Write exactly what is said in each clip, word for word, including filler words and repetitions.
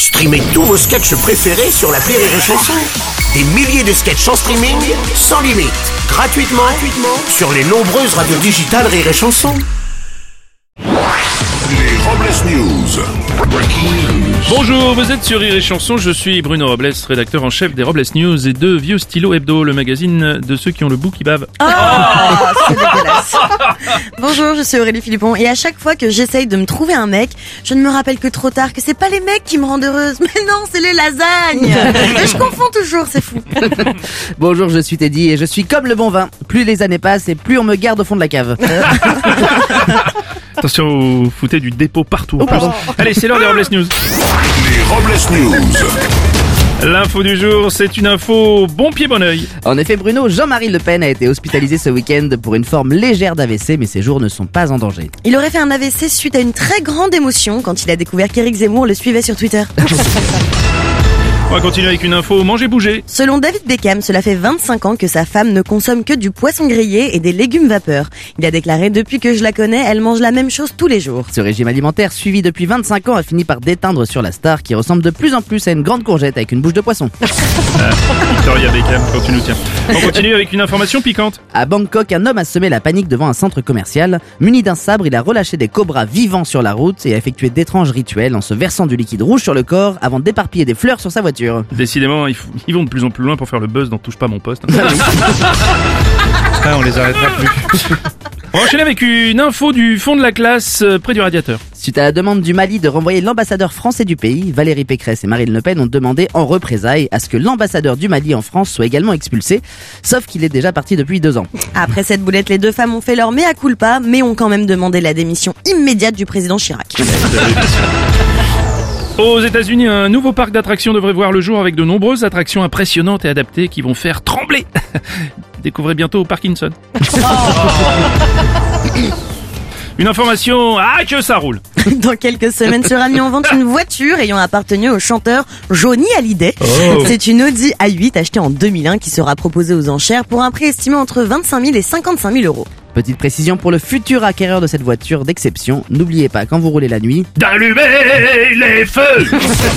Streamez tous vos sketchs préférés sur l'appli Rire et Chanson. Des milliers de sketchs en streaming, sans limite, gratuitement, gratuitement sur les nombreuses radios digitales Rire et Chanson. Les Robles News. Breaking news. Bonjour, vous êtes sur Rire et Chanson, je suis Bruno Robles, rédacteur en chef des Robles News et de Vieux Stylo Hebdo, le magazine de ceux qui ont le bout qui bave. Oh, c'est dégueulasse. Bonjour, je suis Aurélie Philippon et à chaque fois que j'essaye de me trouver un mec, je ne me rappelle que trop tard que c'est pas les mecs qui me rendent heureuse, mais non, c'est les lasagnes. Et je confonds toujours, c'est fou. Bonjour, je suis Teddy et je suis comme le bon vin. Plus les années passent et plus on me garde au fond de la cave. Attention, vous foutez du dépôt partout. Oh, pardon. Allez, c'est l'heure des Robles News. Les Robles News. L'info du jour, c'est une info bon pied bon oeil. En effet, Bruno, Jean-Marie Le Pen a été hospitalisé ce week-end pour une forme légère d'A V C, mais ses jours ne sont pas en danger. Il aurait fait un A V C suite à une très grande émotion quand il a découvert qu'Éric Zemmour le suivait sur Twitter. On va continuer avec une info manger bouger. Selon David Beckham, cela fait vingt-cinq ans que sa femme ne consomme que du poisson grillé et des légumes vapeur. Il a déclaré « Depuis que je la connais, elle mange la même chose tous les jours ». Ce régime alimentaire suivi depuis vingt-cinq ans a fini par déteindre sur la star qui ressemble de plus en plus à une grande courgette avec une bouche de poisson. Ah, Victoria Beckham, quand tu nous tiens. On continue avec une information piquante. À Bangkok, un homme a semé la panique devant un centre commercial. Muni d'un sabre, il a relâché des cobras vivants sur la route et a effectué d'étranges rituels en se versant du liquide rouge sur le corps avant d'éparpiller des fleurs sur sa voiture. Décidément, ils, f- ils vont de plus en plus loin pour faire le buzz dans Touche pas mon poste. Ah, on les arrêtera plus. On va enchaîner avec une info du fond de la classe euh, près du radiateur. Suite à la demande du Mali de renvoyer l'ambassadeur français du pays, Valérie Pécresse et Marine Le Pen ont demandé en représailles à ce que l'ambassadeur du Mali en France soit également expulsé, sauf qu'il est déjà parti depuis deux ans. Après cette boulette, les deux femmes ont fait leur mea culpa, mais ont quand même demandé la démission immédiate du président Chirac. Aux États-Unis, un nouveau parc d'attractions devrait voir le jour avec de nombreuses attractions impressionnantes et adaptées qui vont faire trembler. Découvrez bientôt au Parkinson. Une information, ah que ça roule. Dans quelques semaines sera mis en vente une voiture ayant appartenu au chanteur Johnny Hallyday. Oh. C'est une Audi A huit achetée en deux mille un qui sera proposée aux enchères pour un prix estimé entre vingt-cinq mille et cinquante-cinq mille euros. Petite précision pour le futur acquéreur de cette voiture d'exception, n'oubliez pas quand vous roulez la nuit, D'allumer les feux.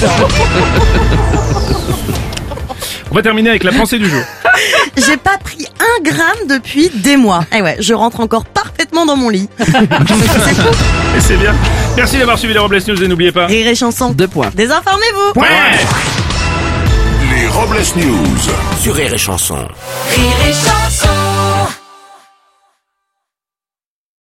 On va terminer avec la pensée du jour. J'ai pas pris un gramme depuis des mois. Et ouais, je rentre encore parfaitement dans mon lit. Et c'est bien. Merci d'avoir suivi les Robles News et n'oubliez pas... Rire et chanson. deux points. Désinformez-vous. Ouais. Les Robles News. Sur Rire et Chanson. Rire et chanson.